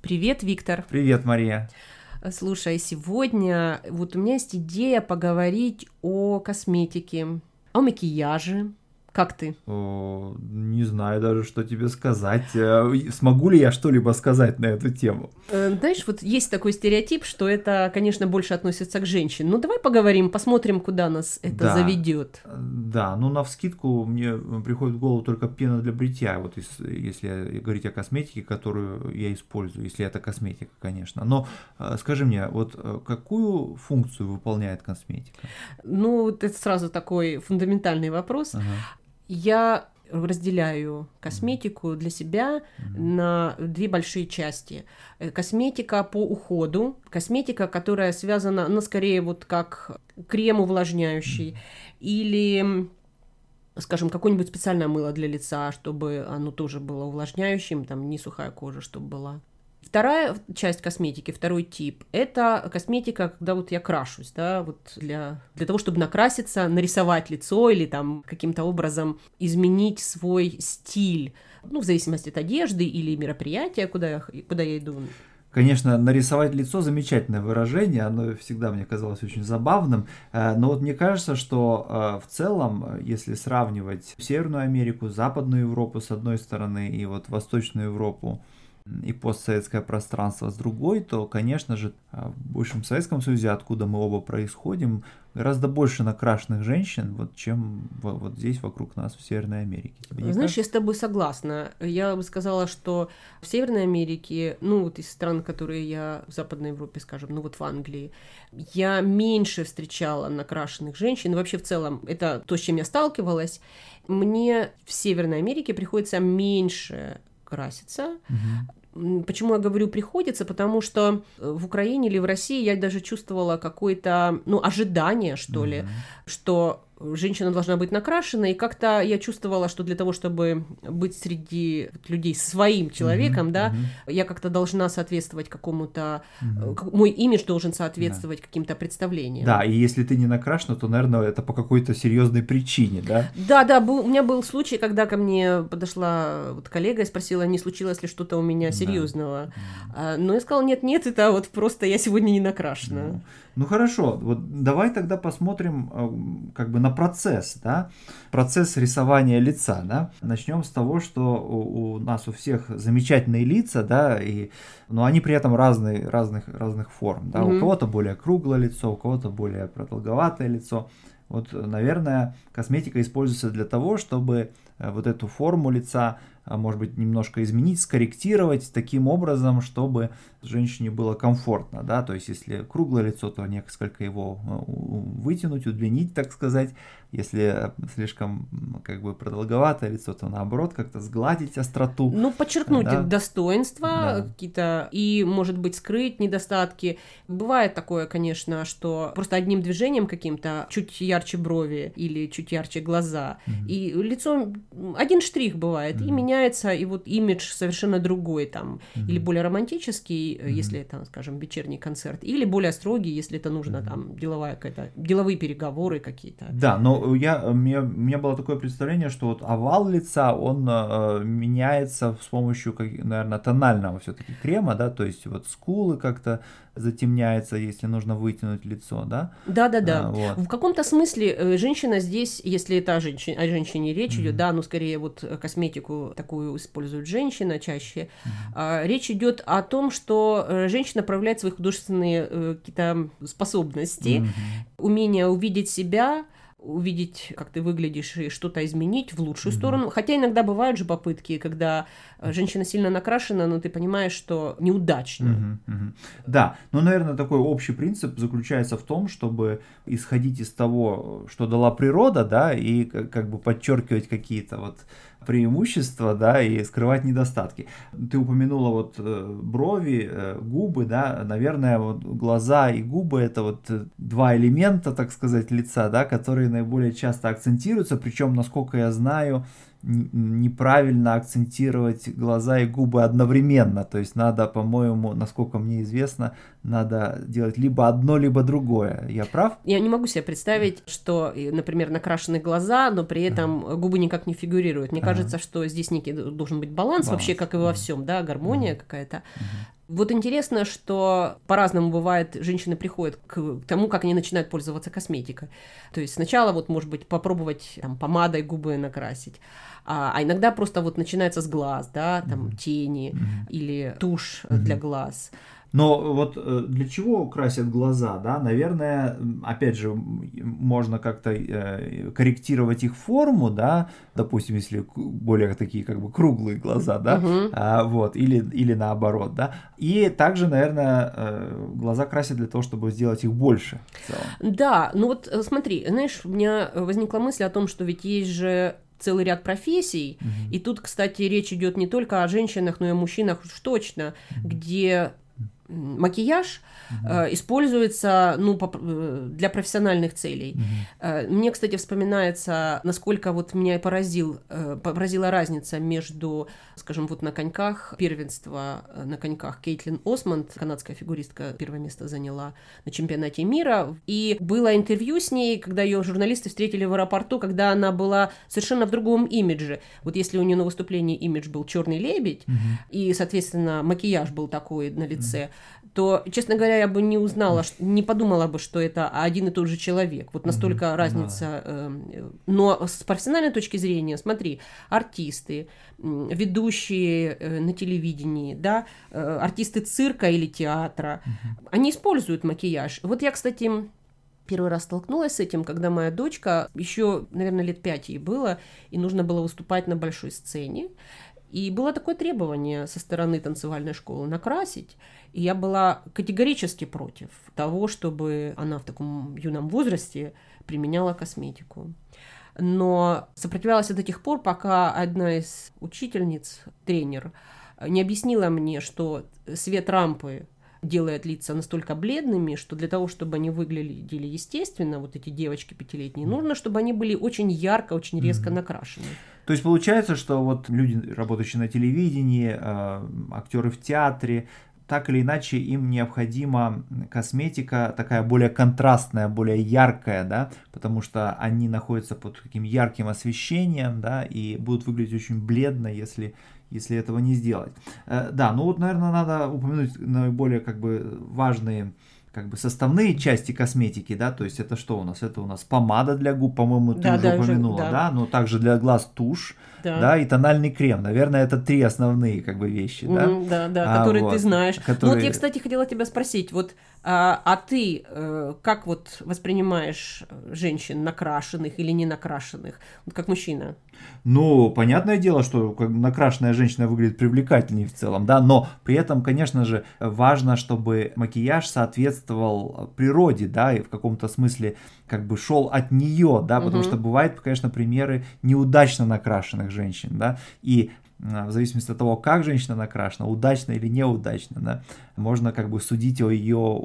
Привет, Виктор. Привет, Мария. Слушай, сегодня вот у меня есть идея поговорить о косметике, о макияже. Как ты? Не знаю даже, что тебе сказать. Смогу ли я что-либо сказать на эту тему? Знаешь, вот есть такой стереотип, что это, конечно, больше относится к женщинам. Ну, давай поговорим, посмотрим, куда нас это заведет. Да, ну навскидку мне приходит в голову только пена для бритья, вот если говорить о косметике, которую я использую, если это косметика, конечно. Но скажи мне, вот какую функцию выполняет косметика? Ну, вот это сразу такой фундаментальный вопрос. Я разделяю косметику для себя на две большие части. Косметика по уходу, косметика, которая связана, ну, скорее вот как крем увлажняющий, или, скажем, какое-нибудь специальное мыло для лица, чтобы оно тоже было увлажняющим, там не сухая кожа, чтобы была. Вторая часть косметики, второй тип, это косметика, когда вот я крашусь, да, вот для того, чтобы накраситься, нарисовать лицо или там каким-то образом изменить свой стиль, ну, в зависимости от одежды или мероприятия, куда я иду. Конечно, нарисовать лицо — замечательное выражение, оно всегда мне казалось очень забавным, но вот мне кажется, что в целом, если сравнивать Северную Америку, Западную Европу с одной стороны и вот Восточную Европу, и постсоветское пространство с другой, то, конечно же, в бывшем Советском Союзе, откуда мы оба происходим, гораздо больше накрашенных женщин, вот, чем вот здесь вокруг нас, в Северной Америке. Знаешь, я с тобой согласна. Я бы сказала, что в Северной Америке, ну, вот из стран, которые я в Западной Европе, скажем, ну, вот в Англии, я меньше встречала накрашенных женщин. Вообще, в целом, это то, с чем я сталкивалась. Мне в Северной Америке приходится меньше краситься. Почему я говорю приходится? Потому что в Украине или в России я даже чувствовала какое-то, ну, ожидание, что ли, что женщина должна быть накрашена, и как-то я чувствовала, что для того, чтобы быть среди людей своим человеком, да, я как-то должна соответствовать какому-то, мой имидж должен соответствовать каким-то представлениям. Да, и если ты не накрашена, то, наверное, это по какой-то серьезной причине, да? Да, у меня был случай, когда ко мне подошла вот коллега и спросила, не случилось ли что-то у меня серьезного. Но я сказала, нет, это вот просто я сегодня не накрашена. Ну хорошо, вот давай тогда посмотрим как бы на процесс, да, процесс рисования лица, да. Начнем с того, что у нас у всех замечательные лица, да, но они при этом разных форм, да. У кого-то более круглое лицо, у кого-то более продолговатое лицо. Вот, наверное, косметика используется для того, чтобы вот эту форму лица, может быть, немножко изменить, скорректировать таким образом, чтобы женщине было комфортно, да, то есть если круглое лицо, то несколько его вытянуть, удлинить, так сказать, если слишком как бы продолговатое лицо, то наоборот как-то сгладить остроту. Ну, подчеркнуть достоинства какие-то и, может быть, скрыть недостатки. Бывает такое, конечно, что просто одним движением каким-то чуть ярче брови или чуть ярче глаза, и лицо, один штрих бывает, и меняется, и вот имидж совершенно другой там, или более романтический, если это, скажем, вечерний концерт, или более строгий, если это нужно, там, деловые переговоры какие-то. Да, но у меня было такое представление, что вот овал лица, он меняется с помощью, наверное, тонального все-таки крема, да, то есть вот скулы как-то затемняется, если нужно вытянуть лицо, да? Да. Вот. В каком-то смысле женщина здесь, если это о женщине речь идет, да, ну скорее вот косметику такую использует женщина чаще, речь идет о том, что женщина проявляет свои художественные какие-то способности, умение увидеть себя, увидеть, как ты выглядишь, и что-то изменить в лучшую сторону. Хотя иногда бывают же попытки, когда женщина сильно накрашена, но ты понимаешь, что неудачно. Да, но, наверное, такой общий принцип заключается в том, чтобы исходить из того, что дала природа, да, и как бы подчеркивать какие-то вот преимущества, да, и скрывать недостатки. Ты упомянула вот брови, губы, да, наверное, вот глаза и губы — это вот два элемента, так сказать, лица, да, которые наиболее часто акцентируются, причем, насколько я знаю, неправильно акцентировать глаза и губы одновременно, то есть надо, по-моему, насколько мне известно, надо делать либо одно, либо другое. Я прав? Я не могу себе представить, что, например, накрашены глаза, но при этом губы никак не фигурируют. Мне кажется, что здесь некий должен быть баланс вообще, как и во всем, да, гармония какая-то. Вот интересно, что по-разному бывает, женщины приходят к тому, как они начинают пользоваться косметикой. То есть сначала вот, может быть, попробовать там, помадой губы накрасить, а иногда просто вот начинается с глаз, да, там тени или тушь для глаз. Но вот для чего красят глаза, да? Наверное, опять же, можно как-то корректировать их форму, да, допустим, если более такие как бы круглые глаза, да, вот, или наоборот, да. И также, наверное, глаза красят для того, чтобы сделать их больше в целом. Да, ну вот смотри, знаешь, у меня возникла мысль о том, что ведь есть же целый ряд профессий, и тут, кстати, речь идет не только о женщинах, но и о мужчинах уж точно, где макияж используется для профессиональных целей. Мне, кстати, вспоминается, насколько вот меня поразила разница между, скажем, вот на коньках, первенство на коньках Кейтлин Осмонд, канадская фигуристка, первое место заняла на чемпионате мира, и было интервью с ней, когда ее журналисты встретили в аэропорту, когда она была совершенно в другом имидже. Вот если у нее на выступлении имидж был черный лебедь, и, соответственно, макияж был такой на лице, то, честно говоря, я бы не узнала, не подумала бы, что это один и тот же человек. Вот настолько разница. Но с профессиональной точки зрения, смотри, артисты, ведущие на телевидении, да, артисты цирка или театра, они используют макияж. Вот я, кстати, первый раз столкнулась с этим, когда моя дочка, еще, наверное, лет 5 ей было, и нужно было выступать на большой сцене. И было такое требование со стороны танцевальной школы накрасить, и я была категорически против того, чтобы она в таком юном возрасте применяла косметику. Но сопротивлялась до тех пор, пока одна из учительниц, тренер, не объяснила мне, что свет рампы делает лица настолько бледными, что для того, чтобы они выглядели естественно, вот эти девочки 5-летние, нужно, чтобы они были очень ярко, очень резко накрашены. То есть получается, что вот люди, работающие на телевидении, актеры в театре, так или иначе им необходима косметика такая более контрастная, более яркая, да, потому что они находятся под таким ярким освещением, да, и будут выглядеть очень бледно, если этого не сделать. Да, ну вот, наверное, надо упомянуть наиболее как бы важные как бы составные части косметики, да, то есть это что у нас? Это у нас помада для губ, по-моему, ты уже упомянула, да, но также для глаз тушь, да, и тональный крем. Наверное, это 3 основные как бы вещи, да? Которые вот, ты знаешь. Ну вот я, кстати, хотела тебя спросить, вот, а ты как вот воспринимаешь женщин накрашенных или не накрашенных, вот как мужчина? Ну, понятное дело, что накрашенная женщина выглядит привлекательнее в целом, да, но при этом, конечно же, важно, чтобы макияж соответствовал природе, да, и в каком-то смысле как бы шел от нее, да, потому что бывают, конечно, примеры неудачно накрашенных женщин, да, и в зависимости от того, как женщина накрашена, удачно или неудачно, да, можно как бы судить о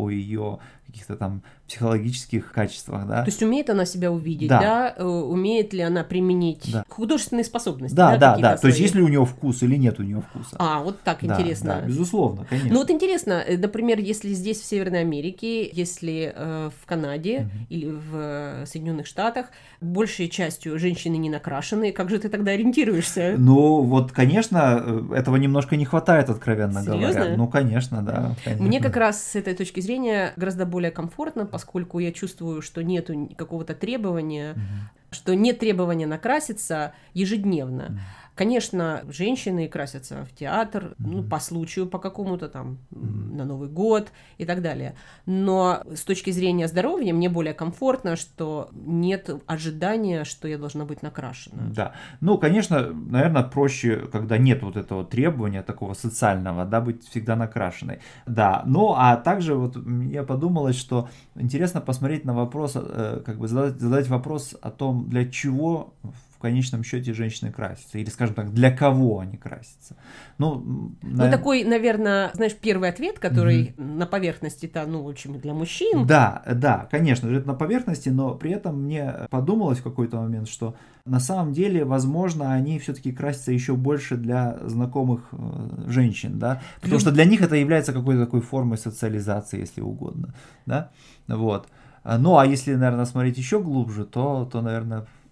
ее каких-то там психологических качествах, да. То есть умеет она себя увидеть, да? Умеет ли она применить художественные способности? Да. То есть есть ли у нее вкус или нет у нее вкуса? Вот так интересно. Да, безусловно, конечно. Ну вот интересно, например, если здесь в Северной Америке, если в Канаде или в Соединенных Штатах большей частью женщины не накрашенные, как же ты тогда ориентируешься? Ну вот, конечно, этого немножко не хватает, откровенно Серьезно? говоря. Ну, конечно, да. Конечно. Мне как раз с этой точки зрения гораздо более комфортно, поскольку я чувствую, что нет какого-то требования, что нет требования накраситься ежедневно. Конечно, женщины красятся в театр, по случаю, по какому-то там, на Новый год и так далее. Но с точки зрения здоровья мне более комфортно, что нет ожидания, что я должна быть накрашена. Да. Ну, конечно, наверное, проще, когда нет вот этого требования такого социального, да, быть всегда накрашенной. Да. Ну, а также вот мне подумалось, что интересно посмотреть на вопрос, как бы задать вопрос о том, для чего в конечном счете женщины красятся, или, скажем так, для кого они красятся. Ну, такой, наверное, знаешь, первый ответ, который на поверхности-то, в общем, для мужчин. Да, конечно же, это на поверхности, но при этом мне подумалось в какой-то момент, что на самом деле, возможно, они все-таки красятся еще больше для знакомых женщин, да, потому что для них это является какой-то такой формой социализации, если угодно, да, вот. Ну, а если, наверное, смотреть еще глубже, то наверное,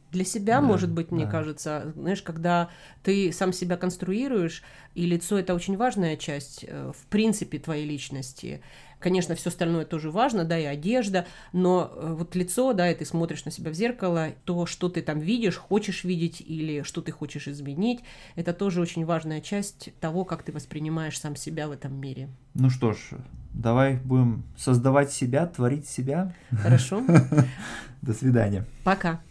Для себя, может быть, мне кажется, знаешь, когда ты сам себя конструируешь, и лицо — это очень важная часть, в принципе, твоей личности. Конечно, все остальное тоже важно, да, и одежда, но вот лицо, да, и ты смотришь на себя в зеркало, то, что ты там видишь, хочешь видеть или что ты хочешь изменить, это тоже очень важная часть того, как ты воспринимаешь сам себя в этом мире. Ну что ж, давай будем создавать себя, творить себя. Хорошо. До свидания. Пока.